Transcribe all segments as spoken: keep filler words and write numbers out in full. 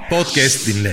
Podcast dinle.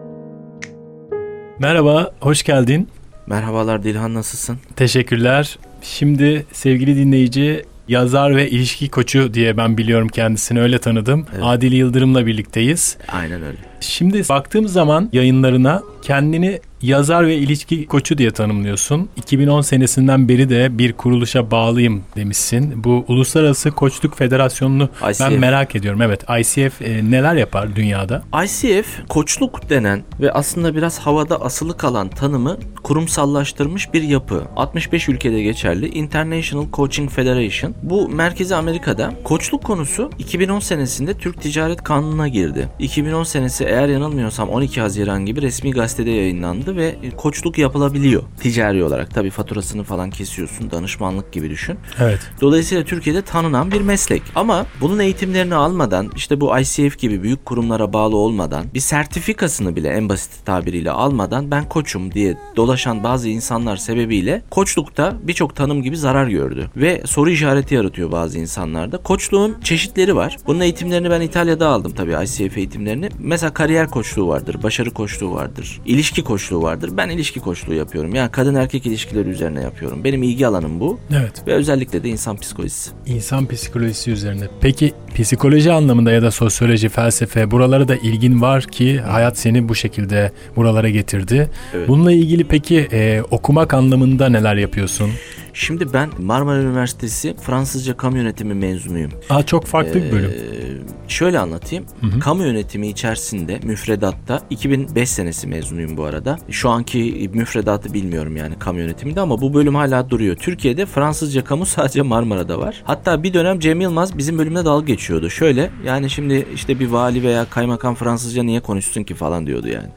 Merhaba, hoş geldin. Merhabalar Dilhan, nasılsın? Teşekkürler. Şimdi sevgili dinleyici, yazar ve ilişki koçu diye ben biliyorum kendisini, öyle tanıdım. Evet. Adil Yıldırım'la birlikteyiz. Aynen öyle. Şimdi baktığım zaman yayınlarına kendini yazar ve ilişki koçu diye tanımlıyorsun. iki bin on senesinden beri de bir kuruluşa bağlıyım demişsin. Bu Uluslararası Koçluk Federasyonu'nu I C F. Ben merak ediyorum. Evet, I C F e, neler yapar dünyada? I C F, koçluk denen ve aslında biraz havada asılı kalan tanımı kurumsallaştırmış bir yapı. altmış beş ülkede geçerli International Coaching Federation. Bu merkezi Amerika'da. Koçluk konusu iki bin on senesinde Türk Ticaret Kanunu'na girdi. iki bin on senesi eğer yanılmıyorsam on iki Haziran gibi resmi gazetede yayınlandı ve koçluk yapılabiliyor ticari olarak. Tabii faturasını falan kesiyorsun, danışmanlık gibi düşün. Evet. Dolayısıyla Türkiye'de tanınan bir meslek. Ama bunun eğitimlerini almadan, işte bu I C F gibi büyük kurumlara bağlı olmadan, bir sertifikasını bile en basit tabiriyle almadan ben koçum diye dolaşan bazı insanlar sebebiyle koçlukta birçok tanım gibi zarar gördü. Ve soru işareti yaratıyor bazı insanlarda. Koçluğun çeşitleri var. Bunun eğitimlerini ben İtalya'da aldım tabii, I C F eğitimlerini. Mesela kariyer koçluğu vardır, başarı koçluğu vardır, ilişki koçluğu vardır. Ben ilişki koçluğu yapıyorum. Yani kadın erkek ilişkileri üzerine yapıyorum. Benim ilgi alanım bu. Evet. Ve özellikle de insan psikolojisi. İnsan psikolojisi üzerine. Peki psikoloji anlamında ya da sosyoloji, felsefe, buralara da ilgin var ki hayat seni bu şekilde buralara getirdi. Evet. Bununla ilgili peki e, okumak anlamında neler yapıyorsun? Şimdi ben Marmara Üniversitesi Fransızca Kamu Yönetimi mezunuyum. Aa, çok farklı ee, bir bölüm. Şöyle anlatayım. Hı hı. Kamu yönetimi içerisinde müfredatta iki bin beş senesi mezunuyum bu arada. Şu anki müfredatı bilmiyorum yani kamu yönetiminde, ama bu bölüm hala duruyor. Türkiye'de Fransızca kamu sadece Marmara'da var. Hatta bir dönem Cem Yılmaz bizim bölümde dalga geçiyordu. Şöyle yani şimdi işte bir vali veya kaymakam Fransızca niye konuşsun ki falan diyordu yani.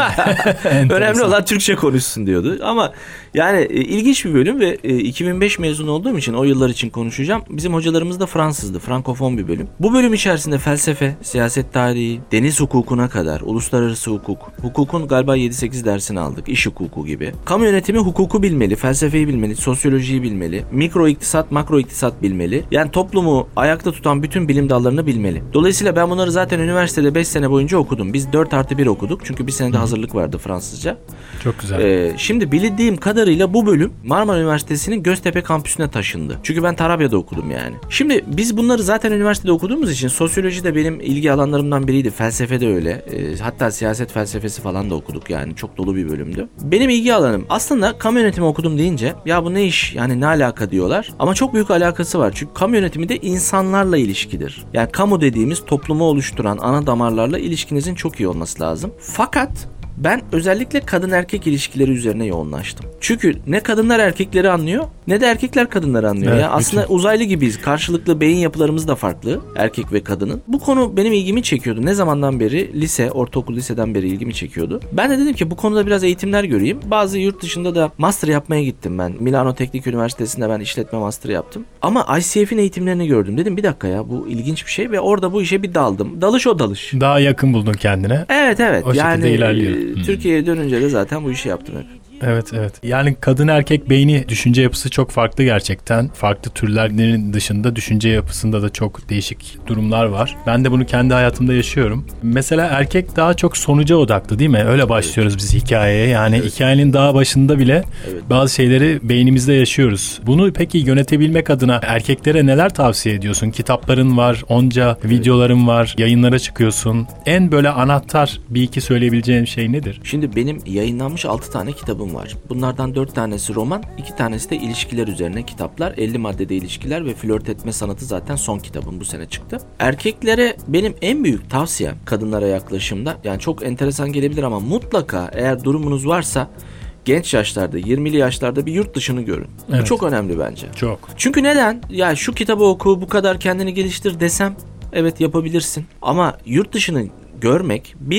Önemli olan Türkçe konuşsun diyordu. Ama yani e, ilginç bir bölüm ve e, iki bin beş mezun olduğum için o yıllar için konuşacağım. Bizim hocalarımız da Fransızdı. Frankofon bir bölüm. Bu bölüm içerisinde felsefe, siyaset tarihi, deniz hukukuna kadar, uluslararası hukuk, hukukun galiba yedi sekiz dersini aldık. İş hukuku gibi. Kamu yönetimi hukuku bilmeli, felsefeyi bilmeli, sosyolojiyi bilmeli, mikro iktisat, makro iktisat bilmeli. Yani toplumu ayakta tutan bütün bilim dallarını bilmeli. Dolayısıyla ben bunları zaten üniversitede beş sene boyunca okudum. Biz dört artı bir okuduk. Çünkü bir senede hazırlık vardı Fransızca. Çok güzel. Ee, şimdi bildiğim kadarıyla bu bölüm Marmara Üniversitesi'nin Göztepe kampüsüne taşındı. Çünkü ben Tarabya'da okudum yani. Şimdi biz bunları zaten üniversitede okuduğumuz için sosyoloji de benim ilgi alanlarımdan biriydi. Felsefe de öyle. E, hatta siyaset felsefesi falan da okuduk yani. Çok dolu bir bölümdü. Benim ilgi alanım. Aslında kamu yönetimi okudum deyince ya bu ne iş yani ne alaka diyorlar. Ama çok büyük alakası var. Çünkü kamu yönetimi de insanlarla ilişkidir. Yani kamu dediğimiz toplumu oluşturan ana damarlarla ilişkinizin çok iyi olması lazım. Fakat ben özellikle kadın erkek ilişkileri üzerine yoğunlaştım. Çünkü ne kadınlar erkekleri anlıyor ne de erkekler kadınları anlıyor. Evet, ya aslında bütün uzaylı gibiyiz. Karşılıklı beyin yapılarımız da farklı, erkek ve kadının. Bu konu benim ilgimi çekiyordu. Ne zamandan beri? Lise, ortaokul, liseden beri ilgimi çekiyordu. Ben de dedim ki bu konuda biraz eğitimler göreyim. Bazı yurt dışında da master yapmaya gittim ben. Milano Teknik Üniversitesi'nde ben işletme master yaptım. Ama I C F'in eğitimlerini gördüm. Dedim bir dakika ya, bu ilginç bir şey ve orada bu işe bir daldım. Dalış o dalış. Daha yakın buldun kendine. Evet evet. O yani, şekilde ilerliyor. E, Türkiye'ye dönünce de zaten bu işi yaptım hep. Evet evet. Yani kadın erkek beyni, düşünce yapısı çok farklı gerçekten. Farklı türlerin dışında düşünce yapısında da çok değişik durumlar var. Ben de bunu kendi hayatımda yaşıyorum. Mesela erkek daha çok sonuca odaklı değil mi? Öyle başlıyoruz evet. biz hikayeye. Yani evet. hikayenin daha başında bile evet. bazı şeyleri beynimizde yaşıyoruz. Bunu peki yönetebilmek adına erkeklere neler tavsiye ediyorsun? Kitapların var, onca evet. videoların var, yayınlara çıkıyorsun. En böyle anahtar bir iki söyleyebileceğin şey nedir? Şimdi benim yayınlanmış altı tane kitabım var. Bunlardan dört tanesi roman, iki tanesi de ilişkiler üzerine kitaplar. elli maddede ilişkiler ve flört etme sanatı zaten son kitabım, bu sene çıktı. Erkeklere benim en büyük tavsiyem kadınlara yaklaşımda, yani çok enteresan gelebilir ama mutlaka eğer durumunuz varsa genç yaşlarda, yirmili yaşlarda bir yurt dışını görün. Evet. Bu çok önemli bence. Çok. Çünkü neden? Ya şu kitabı oku, bu kadar kendini geliştir desem evet yapabilirsin. Ama yurt dışını görmek bir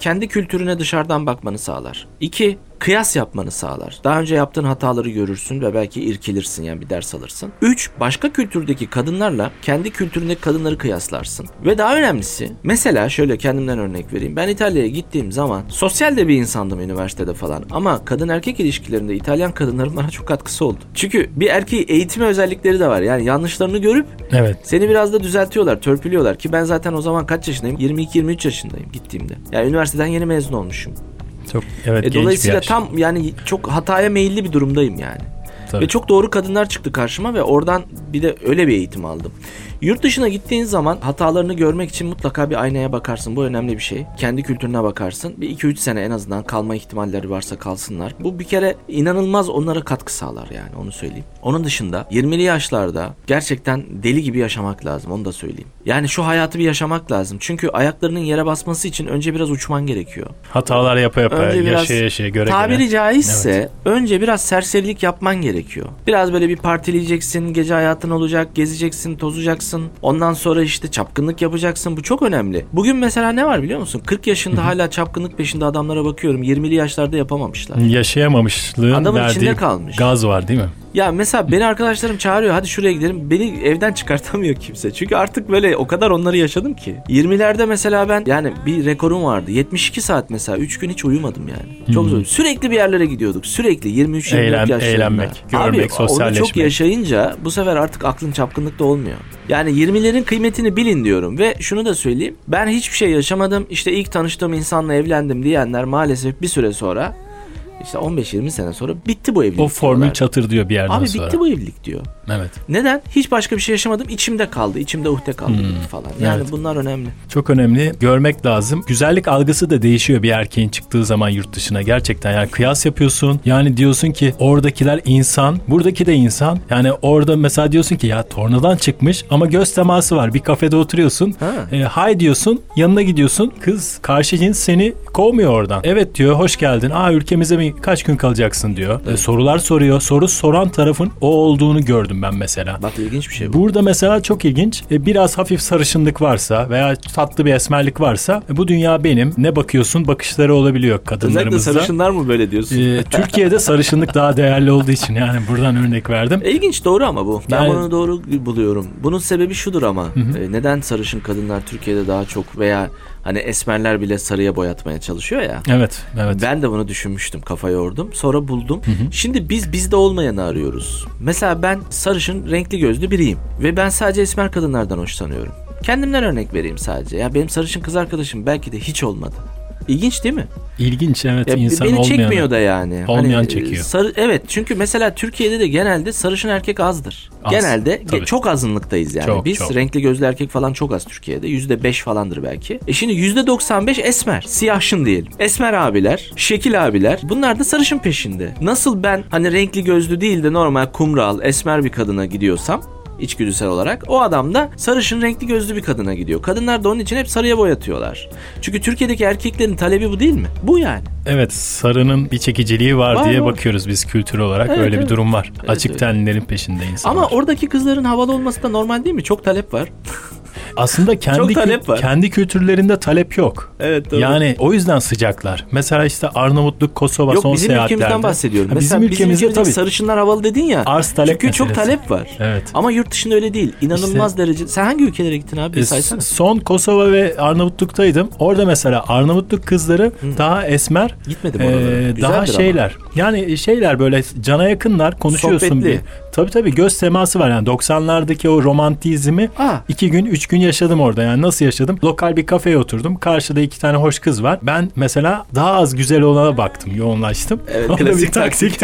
kendi kültürüne dışarıdan bakmanı sağlar. İki, kıyas yapmanı sağlar. Daha önce yaptığın hataları görürsün ve belki irkilirsin, yani bir ders alırsın. Üç, başka kültürdeki kadınlarla kendi kültüründeki kadınları kıyaslarsın. Ve daha önemlisi, mesela şöyle kendimden örnek vereyim. Ben İtalya'ya gittiğim zaman sosyal de bir insandım üniversitede falan. Ama kadın erkek ilişkilerinde İtalyan kadınların bana çok katkısı oldu. Çünkü bir erkeği eğitimi özellikleri de var. Yani yanlışlarını görüp evet. seni biraz da düzeltiyorlar, törpülüyorlar ki ben zaten o zaman kaç yaşındayım? yirmi iki yirmi üç yaşındayım gittiğimde. Yani üniversiteden yeni mezun olmuşum. Çok evet, e, genç dolayısıyla bir yaş. tam yani çok hataya meyilli bir durumdayım yani. Tabii. Ve çok doğru kadınlar çıktı karşıma ve oradan bir de öyle bir eğitim aldım. Yurt dışına gittiğin zaman hatalarını görmek için mutlaka bir aynaya bakarsın. Bu önemli bir şey. Kendi kültürüne bakarsın. Bir iki üç sene en azından kalma ihtimalleri varsa kalsınlar. Bu bir kere inanılmaz onlara katkı sağlar yani, onu söyleyeyim. Onun dışında yirmili yaşlarda gerçekten deli gibi yaşamak lazım, onu da söyleyeyim. Yani şu hayatı bir yaşamak lazım. Çünkü ayaklarının yere basması için önce biraz uçman gerekiyor. Hatalar yapa yapa, önce yaşaya yaşaya, göre tabiri göre. caizse evet. önce biraz serserilik yapman gerekiyor. Biraz böyle bir partileyeceksin, gece hayatın olacak, gezeceksin, tozacaksın. Ondan sonra işte çapkınlık yapacaksın. Bu çok önemli. Bugün mesela ne var biliyor musun? kırk yaşında Hı-hı. hala çapkınlık peşinde adamlara bakıyorum. yirmili yaşlarda yapamamışlar. Yaşayamamışlığın adamın verdiği içinde kalmış. Gaz var değil mi? Ya mesela beni arkadaşlarım çağırıyor, hadi şuraya gidelim. Beni evden çıkartamıyor kimse. Çünkü artık böyle o kadar onları yaşadım ki. yirmilerde mesela ben, yani bir rekorum vardı. yetmiş iki saat mesela, üç gün hiç uyumadım yani. Çok hmm. zor. Sürekli bir yerlere gidiyorduk. Sürekli yirmi üç yirmi dört Eğlen, yaşlarında. Eğlenmek, görmek, Abi, sosyalleşmek. onu çok yaşayınca bu sefer artık aklın çapkınlıkta olmuyor. Yani yirmilerin kıymetini bilin diyorum. Ve şunu da söyleyeyim. Ben hiçbir şey yaşamadım. İşte ilk tanıştığım insanla evlendim diyenler maalesef bir süre sonra, İşte on beş yirmi sene sonra bitti bu evlilik. O formül çatır diyor bir yerden Abi sonra. Abi bitti bu evlilik diyor. Evet. Neden? Hiç başka bir şey yaşamadım. İçimde kaldı. İçimde uhde kaldı hmm. falan. Yani evet. bunlar önemli. Çok önemli. Görmek lazım. Güzellik algısı da değişiyor bir erkeğin çıktığı zaman yurt dışına. Gerçekten yani kıyas yapıyorsun. Yani diyorsun ki oradakiler insan. Buradaki de insan. Yani orada mesela diyorsun ki ya tornadan çıkmış ama göz teması var. Bir kafede oturuyorsun. E, hay diyorsun. Yanına gidiyorsun. Kız karşı cins seni kovmuyor oradan. Evet diyor, hoş geldin. Aa, ülkemize mi kaç gün kalacaksın diyor. E, sorular soruyor. Soru soran tarafın o olduğunu gördüm ben mesela. Bak ilginç bir şey bu. Burada mesela çok ilginç. E, biraz hafif sarışınlık varsa veya tatlı bir esmerlik varsa e, bu dünya benim. Ne bakıyorsun? Bakışları olabiliyor kadınlarımızda. Özellikle sarışınlar mı böyle diyorsun? E, Türkiye'de sarışınlık daha değerli olduğu için yani buradan örnek verdim. E, ilginç, doğru ama bu. Ben yani, bunu doğru buluyorum. Bunun sebebi şudur ama. E, neden sarışın kadınlar Türkiye'de daha çok veya hani esmerler bile sarıya boyatmaya çalışıyor ya. Evet, evet. Ben de bunu düşünmüştüm, kafa yordum. Sonra buldum. Hı hı. Şimdi biz bizde olmayanı arıyoruz. Mesela ben sarışın, renkli gözlü biriyim. Ve ben sadece esmer kadınlardan hoşlanıyorum. Kendimden örnek vereyim sadece. Ya benim sarışın kız arkadaşım belki de hiç olmadı. İlginç değil mi? İlginç, evet. Ya insan beni olmayanı, çekmiyor da yani. Olmayan hani, çekiyor. Sarı, evet, çünkü mesela Türkiye'de de genelde sarışın erkek azdır. Az, genelde ge- çok azınlıktayız yani. Çok, Biz çok. renkli gözlü erkek falan çok az Türkiye'de. yüzde beş falandır belki. E şimdi yüzde doksan beş esmer. Siyahşın diyelim. Esmer abiler, şekil abiler. Bunlar da sarışın peşinde. Nasıl ben hani renkli gözlü değil de normal kumral, esmer bir kadına gidiyorsam, içgüdüsel olarak, o adam da sarışın renkli gözlü bir kadına gidiyor. Kadınlar da onun için hep sarıya boyatıyorlar. Çünkü Türkiye'deki erkeklerin talebi bu değil mi? Bu yani. Evet, sarının bir çekiciliği var, var diye var. Bakıyoruz biz kültür olarak. Evet, öyle evet. bir durum var. Evet, açık tenlilerin peşinde insanlar. Ama oradaki kızların havalı olması da normal değil mi? Çok talep var. Aslında kendi kü- kendi kültürlerinde talep yok. Evet, doğru. Yani o yüzden sıcaklar. Mesela işte Arnavutluk, Kosova yok, son bizim seyahatlerde. Yok, bizim ülkemizden bahsediyorum. Ha, mesela bizim ülkemizde bizim tabii sarışınlar havalı dedin ya. Arz talep çünkü meselesi. Çok talep var. Evet. Ama yurt dışında öyle değil. İnanılmaz işte, derece. Sen hangi ülkelere gittin abi? Bir saysana. Son Kosova ve Arnavutluk'taydım. Orada mesela Arnavutluk kızları Hı. daha esmer. Gitmedim oralara. E, daha şeyler. Ama. Yani şeyler böyle cana yakınlar, konuşuyorsun. Sohbetli. Bir. Tabii tabii göz teması var yani doksanlardaki o romantizmi Aa. iki gün üç gün yaşadım orada. Yani nasıl yaşadım? Lokal bir kafeye oturdum. Karşıda iki tane hoş kız var. Ben mesela daha az güzel olana baktım. Yoğunlaştım. Evet, klasik taktik.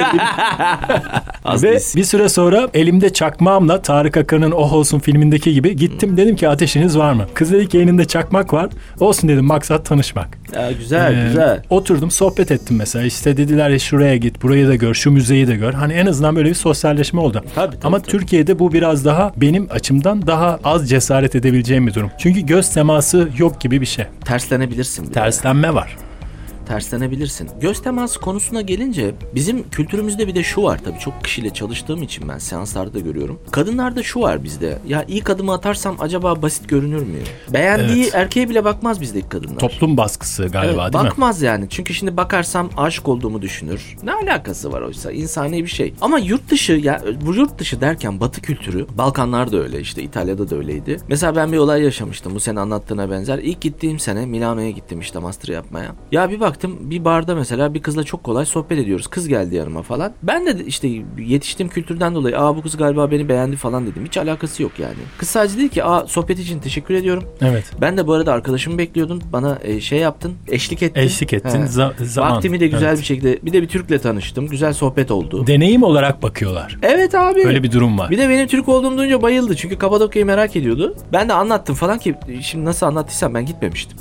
Ve bir süre sonra elimde çakmağımla Tarık Akan'ın Oh Olsun filmindeki gibi gittim. Hmm. Dedim ki ateşiniz var mı? Kız dedi ki elinde çakmak var. Olsun dedim, maksat tanışmak. Ya, güzel ee, güzel. Oturdum, sohbet ettim mesela. İşte dediler ya şuraya git, burayı da gör, şu müzeyi de gör. Hani en azından böyle bir sosyalleşme oldu. Tabii, tabii, ama tabii. Türkiye'de bu biraz daha benim açımdan daha az cesaret edebileceğim bir durum. Çünkü göz teması yok gibi bir şey. Terslenebilirsin. Terslenme var. terslenebilirsin. Göz teması konusuna gelince bizim kültürümüzde bir de şu var, tabii çok kişiyle çalıştığım için ben seanslarda görüyorum. Kadınlarda şu var bizde. Ya ilk adımı atarsam acaba basit görünür müyüm? Beğendiği evet. erkeğe bile bakmaz bizdeki kadınlar. Toplum baskısı galiba evet, değil mi? Bakmaz yani. Çünkü şimdi bakarsam aşık olduğumu düşünür. Ne alakası var oysa? İnsani bir şey. Ama yurt dışı, ya bu yurt dışı derken Batı kültürü, Balkanlar da öyle, işte İtalya'da da öyleydi. Mesela ben bir olay yaşamıştım. Bu senin anlattığına benzer. İlk gittiğim sene Milano'ya gittim işte master yapmaya. Ya bir baktım bir barda mesela bir kızla çok kolay sohbet ediyoruz. Kız geldi yanıma falan. Ben de işte yetiştiğim kültürden dolayı aa bu kız galiba beni beğendi falan dedim. Hiç alakası yok yani. Kız sadece dedi ki aa sohbet için teşekkür ediyorum. Evet. Ben de bu arada arkadaşımı bekliyordum. Bana e, şey yaptın. Eşlik ettin. Eşlik ettin. Z- zaman. Vaktimi de güzel evet. bir şekilde. Bir de bir Türk'le tanıştım. Güzel sohbet oldu. Deneyim olarak bakıyorlar. Evet abi. Böyle bir durum var. Bir de benim Türk olduğumu duyunca bayıldı. Çünkü Kapadokya'yı merak ediyordu. Ben de anlattım falan ki şimdi nasıl anlattıysam ben gitmemiştim.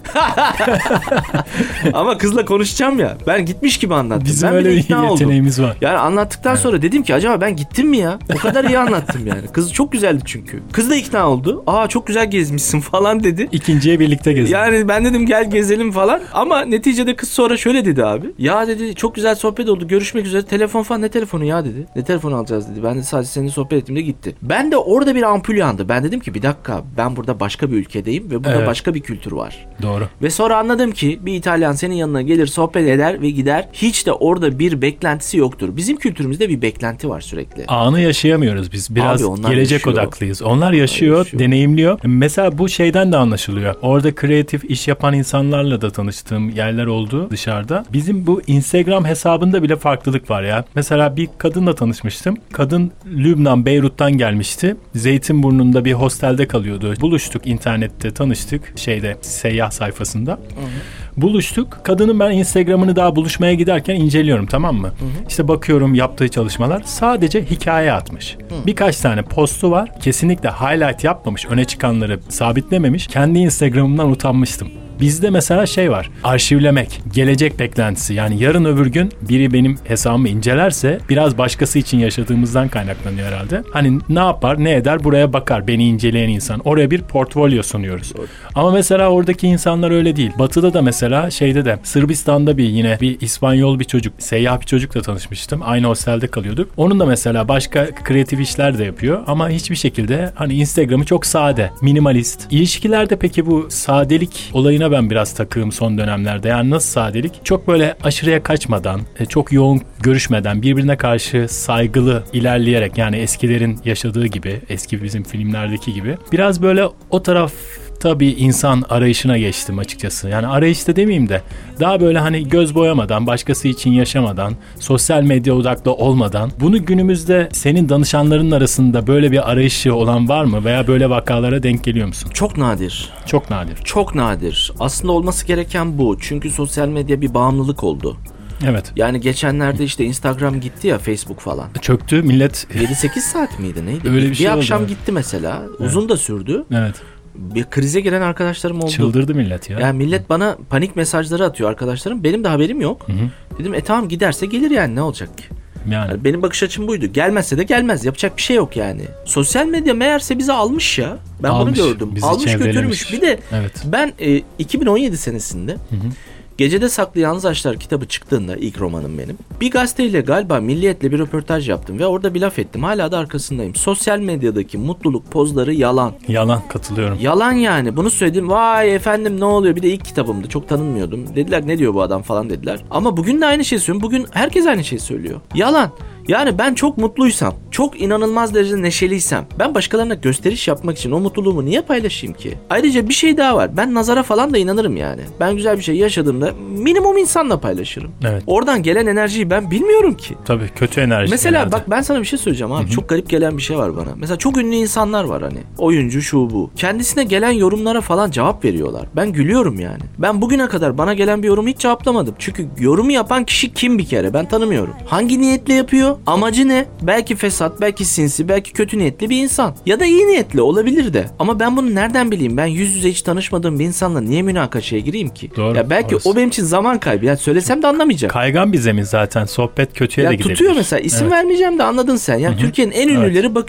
Ama kızla konuşacağım ya. Ben gitmiş gibi anlattım. Bizim ben öyle bir yeteneğimiz var. Yani anlattıktan evet. sonra dedim ki acaba ben gittim mi ya? O kadar iyi anlattım yani. Kız çok güzeldi çünkü. Kız da ikna oldu. Aa çok güzel gezmişsin falan dedi. İkinciye birlikte gezelim. Yani ben dedim gel gezelim falan. Ama neticede kız sonra şöyle dedi abi. Ya dedi çok güzel sohbet oldu. Görüşmek üzere. Telefon falan, ne telefonu ya dedi. Ne telefonu alacağız dedi. Ben de sadece seninle sohbet ettiğimde gitti. Ben de orada bir ampul yandı. Ben dedim ki bir dakika, ben burada başka bir ülkedeyim ve burada evet. başka bir kültür var. Doğru. Ve sonra anladım ki bir İtalyan senin yanına gelir, sohbet eder ve gider. Hiç de orada bir beklentisi yoktur. Bizim kültürümüzde bir beklenti var sürekli. Anı yaşayamıyoruz biz. Biraz abi, gelecek yaşıyor. odaklıyız. Onlar yaşıyor, onlar yaşıyor, deneyimliyor. Mesela bu şeyden de anlaşılıyor. Orada kreatif iş yapan insanlarla da tanıştığım yerler oldu dışarıda. Bizim bu Instagram hesabında bile farklılık var ya. Mesela bir kadınla tanışmıştım. Kadın Lübnan, Beyrut'tan gelmişti. Zeytinburnu'nda bir hostelde kalıyordu. Buluştuk, internette tanıştık. Şeyde, seyyah sayfasında. Hı hı. Buluştuk. Kadının ben Instagram'ını daha buluşmaya giderken inceliyorum, tamam mı? Hı hı. İşte bakıyorum yaptığı çalışmalar. Sadece hikaye atmış. Hı. Birkaç tane postu var. Kesinlikle highlight yapmamış. Öne çıkanları sabitlememiş. Kendi Instagram'ımdan utanmıştım. Bizde mesela şey var, arşivlemek, gelecek beklentisi. Yani yarın öbür gün biri benim hesabımı incelerse biraz başkası için yaşadığımızdan kaynaklanıyor herhalde. Hani ne yapar, ne eder, buraya bakar beni inceleyen insan. Oraya bir portfolyo sunuyoruz. Doğru. Ama mesela oradaki insanlar öyle değil. Batı'da da mesela şeyde de Sırbistan'da bir yine bir İspanyol bir çocuk, seyyah bir çocukla tanışmıştım. Aynı hostelde kalıyorduk. Onun da mesela başka kreatif işler de yapıyor ama hiçbir şekilde hani Instagram'ı çok sade, minimalist. İlişkilerde peki bu sadelik olayına ben biraz takığım son dönemlerde. Yani nasıl sadelik? Çok böyle aşırıya kaçmadan, çok yoğun görüşmeden, birbirine karşı saygılı ilerleyerek, yani eskilerin yaşadığı gibi, eski bizim filmlerdeki gibi. Biraz böyle o taraf tabii insan arayışına geçtim açıkçası. Yani arayışta demeyeyim de daha böyle hani göz boyamadan, başkası için yaşamadan, sosyal medya odaklı olmadan. Bunu günümüzde senin danışanların arasında böyle bir arayışı olan var mı? Veya böyle vakalara denk geliyor musun? Çok nadir. Çok nadir. Çok nadir. Aslında olması gereken bu. Çünkü sosyal medya bir bağımlılık oldu. Evet. Yani geçenlerde işte Instagram gitti ya, Facebook falan. Çöktü millet. yedi sekiz saat miydi neydi? Öyle bir, bir şey oldu. Bir akşam gitti mesela. Evet. Uzun da sürdü. Evet. Bir krize giren arkadaşlarım oldu. Çıldırdı millet ya. Yani millet bana panik mesajları atıyor arkadaşlarım. Benim de haberim yok. Hı hı. Dedim e tamam, giderse gelir yani, ne olacak ki? Yani. Yani benim bakış açım buydu. Gelmezse de gelmez. Yapacak bir şey yok yani. Sosyal medya meğerse bizi almış ya. Ben almış, bunu gördüm. Almış götürmüş. Bir de evet. ben e, iki bin on yedi senesinde hı hı. Gecede Saklı Yalnız Aşklar kitabı çıktığında, ilk romanım benim, bir gazeteyle galiba Milliyet'le bir röportaj yaptım ve orada bir laf ettim. Hala da arkasındayım. Sosyal medyadaki mutluluk pozları yalan. Yalan, katılıyorum. Yalan yani. Bunu söyledim. Vay efendim ne oluyor? Bir de ilk kitabımdı. Çok tanınmıyordum. Dediler ne diyor bu adam falan dediler. Ama bugün de aynı şeyi söylüyorum. Bugün herkes aynı şeyi söylüyor. Yalan. Yani ben çok mutluysam, çok inanılmaz derecede neşeliysem, ben başkalarına gösteriş yapmak için o mutluluğumu niye paylaşayım ki? Ayrıca bir şey daha var. Ben nazara falan da inanırım yani. Ben güzel bir şey yaşadığımda minimum insanla paylaşırım. Evet. Oradan gelen enerjiyi ben bilmiyorum ki. Tabii, kötü enerji. Mesela genelde. Bak ben sana bir şey söyleyeceğim abi. Hı-hı. Çok garip gelen bir şey var bana. Mesela çok ünlü insanlar var hani. Oyuncu şu bu. Kendisine gelen yorumlara falan cevap veriyorlar. Ben gülüyorum yani. Ben bugüne kadar bana gelen bir yorumu hiç cevaplamadım. Çünkü yorumu yapan kişi kim bir kere? Ben tanımıyorum. Hangi niyetle yapıyor? Amacı ne? Belki fesat, belki sinsi, belki kötü niyetli bir insan. Ya da iyi niyetli olabilir de. Ama ben bunu nereden bileyim? Ben yüz yüze hiç tanışmadığım bir insanla niye münakaşaya gireyim ki? Doğru. Ya belki orası. O benim için zaman kaybı. Yani söylesem de anlamayacak. Kaygan bir zemin zaten. Sohbet kötüye ya de gidebilir. Tutuyor mesela. İsim evet. vermeyeceğim de anladın sen. Yani Hı-hı. Türkiye'nin en ünlüleri evet. bakıyorum.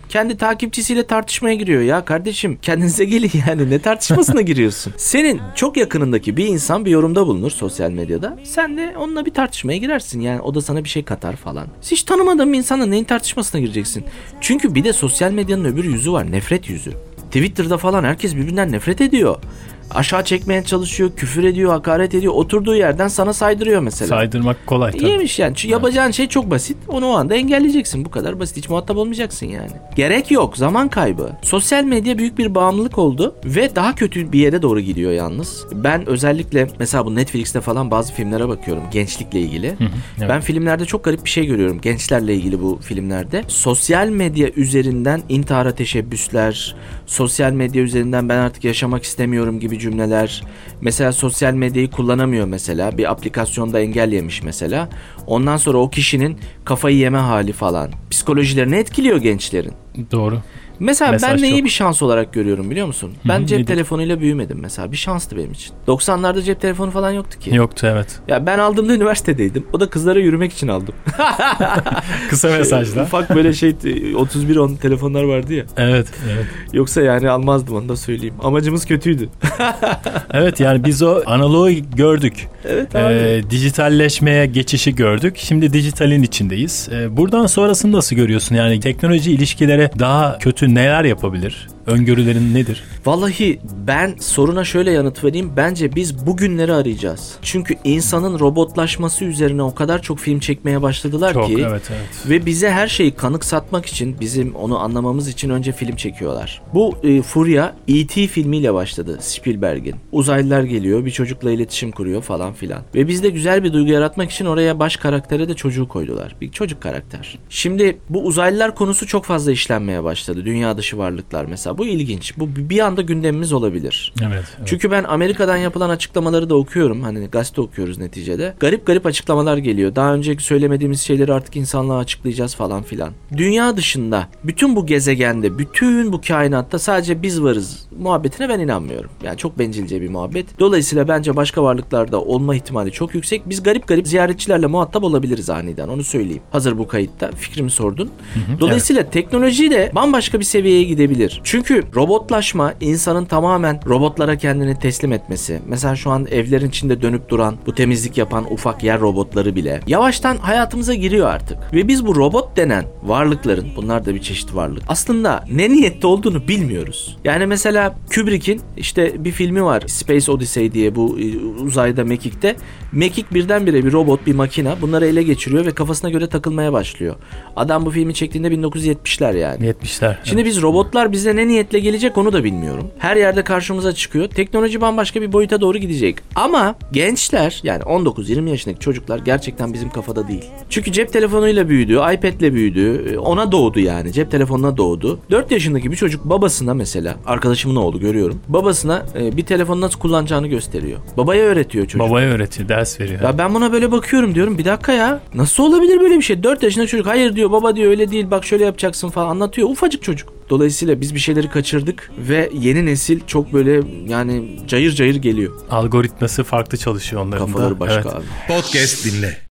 Kendi takipçisiyle tartışmaya giriyor. Ya kardeşim kendinize gelin yani, ne tartışmasına giriyorsun? Senin çok yakınındaki bir insan bir yorumda bulunur sosyal medyada. Sen de onunla bir tartışmaya girersin. Yani o da sana bir şey katar falan. Hiç tanımadığın bir insanla neyin tartışmasına gireceksin? Çünkü bir de sosyal medyanın öbür yüzü var. Nefret yüzü. Twitter'da falan herkes birbirinden nefret ediyor. Aşağı çekmeye çalışıyor, küfür ediyor, hakaret ediyor. Oturduğu yerden sana saydırıyor mesela. Saydırmak kolay tabii. İyiymiş yani. Çünkü yapacağın şey çok basit. Onu o anda engelleyeceksin. Bu kadar basit. Hiç muhatap olmayacaksın yani. Gerek yok. Zaman kaybı. Sosyal medya büyük bir bağımlılık oldu ve daha kötü bir yere doğru gidiyor yalnız. Ben özellikle mesela bu Netflix'te falan bazı filmlere bakıyorum gençlikle ilgili. Hı hı, evet. Ben filmlerde çok garip bir şey görüyorum. Gençlerle ilgili bu filmlerde. Sosyal medya üzerinden intihara teşebbüsler, sosyal medya üzerinden ben artık yaşamak istemiyorum gibi cümleler. Mesela sosyal medyayı kullanamıyor mesela. Bir aplikasyonda engel yemiş mesela. Ondan sonra o kişinin kafayı yeme hali falan. Psikolojilerini etkiliyor gençlerin. Doğru. Mesela Mesaj ben neyi çok. bir şans olarak görüyorum biliyor musun? Ben Hı-hı, cep nedir? telefonuyla büyümedim mesela. Bir şanstı benim için. doksanlarda cep telefonu falan yoktu ki. Yoktu evet. Ya ben aldığımda üniversitedeydim. O da kızlara yürümek için aldım. Kısa mesajla. Ufak böyle şey otuz bir on telefonlar vardı ya. Evet, evet. Yoksa yani almazdım, onu da söyleyeyim. Amacımız kötüydü. Evet yani biz o analogu gördük. Evet abi. Ee, dijitalleşmeye geçişi gördük. Şimdi dijitalin içindeyiz. Ee, buradan sonrasını nasıl görüyorsun? Yani teknoloji ilişkilere daha kötü neler yapabilir? Öngörülerin nedir? Vallahi ben soruna şöyle yanıt vereyim. Bence biz bugünleri arayacağız. Çünkü insanın robotlaşması üzerine o kadar çok film çekmeye başladılar çok, ki. Evet, evet. Ve bize her şeyi kanıksatmak için, bizim onu anlamamız için önce film çekiyorlar. Bu e, furya E T filmiyle başladı Spielberg'in. Uzaylılar geliyor, bir çocukla iletişim kuruyor falan filan. Ve bizde güzel bir duygu yaratmak için oraya baş karaktere de çocuğu koydular. Bir çocuk karakter. Şimdi bu uzaylılar konusu çok fazla işlenmeye başladı. Dünya dışı varlıklar mesela. Bu ilginç. Bu bir anda gündemimiz olabilir. Evet, evet. Çünkü ben Amerika'dan yapılan açıklamaları da okuyorum. Hani gazete okuyoruz neticede. Garip garip açıklamalar geliyor. Daha önceki söylemediğimiz şeyleri artık insanlığa açıklayacağız falan filan. Dünya dışında, bütün bu gezegende, bütün bu kainatta sadece biz varız muhabbetine ben inanmıyorum. Yani çok bencilce bir muhabbet. Dolayısıyla bence başka varlıklarda olma ihtimali çok yüksek. Biz garip garip ziyaretçilerle muhatap olabiliriz aniden. Onu söyleyeyim. Hazır bu kayıtta fikrimi sordun. Hı hı, Dolayısıyla evet. Teknoloji de bambaşka bir seviyeye gidebilir. Çünkü robotlaşma, insanın tamamen robotlara kendini teslim etmesi. Mesela şu an evlerin içinde dönüp duran, bu temizlik yapan ufak yer robotları bile yavaştan hayatımıza giriyor artık. Ve biz bu robot denen varlıkların, bunlar da bir çeşit varlık, aslında ne niyette olduğunu bilmiyoruz. Yani mesela Kubrick'in işte bir filmi var, Space Odyssey diye, bu uzayda Mekik'te. Mekik birdenbire bir robot, bir makina bunları ele geçiriyor ve kafasına göre takılmaya başlıyor. Adam bu filmi çektiğinde bin dokuz yüz yetmişler yani. yetmişler. Şimdi evet. Biz robotlar bize ne niyetle gelecek onu da bilmiyorum. Her yerde karşımıza çıkıyor. Teknoloji bambaşka bir boyuta doğru gidecek. Ama gençler, yani on dokuz yirmi yaşındaki çocuklar gerçekten bizim kafada değil. Çünkü cep telefonuyla büyüdü, iPad'le büyüdü. Ona doğdu yani. Cep telefonuna doğdu. dört yaşındaki bir çocuk babasına, mesela arkadaşımın oğlu görüyorum. Babasına e, bir telefonu nasıl kullanacağını gösteriyor. Babaya öğretiyor çocuk. Babaya öğretiyor, ders veriyor. Ya ben buna böyle bakıyorum, diyorum bir dakika ya. Nasıl olabilir böyle bir şey? dört yaşında çocuk hayır diyor, baba diyor öyle değil, bak şöyle yapacaksın falan anlatıyor. Ufacık çocuk. Dolayısıyla biz bir şeyleri kaçırdık ve yeni nesil çok böyle yani cayır cayır geliyor. Algoritması farklı çalışıyor onların da. Kafaları başka evet. abi. Podcast dinle.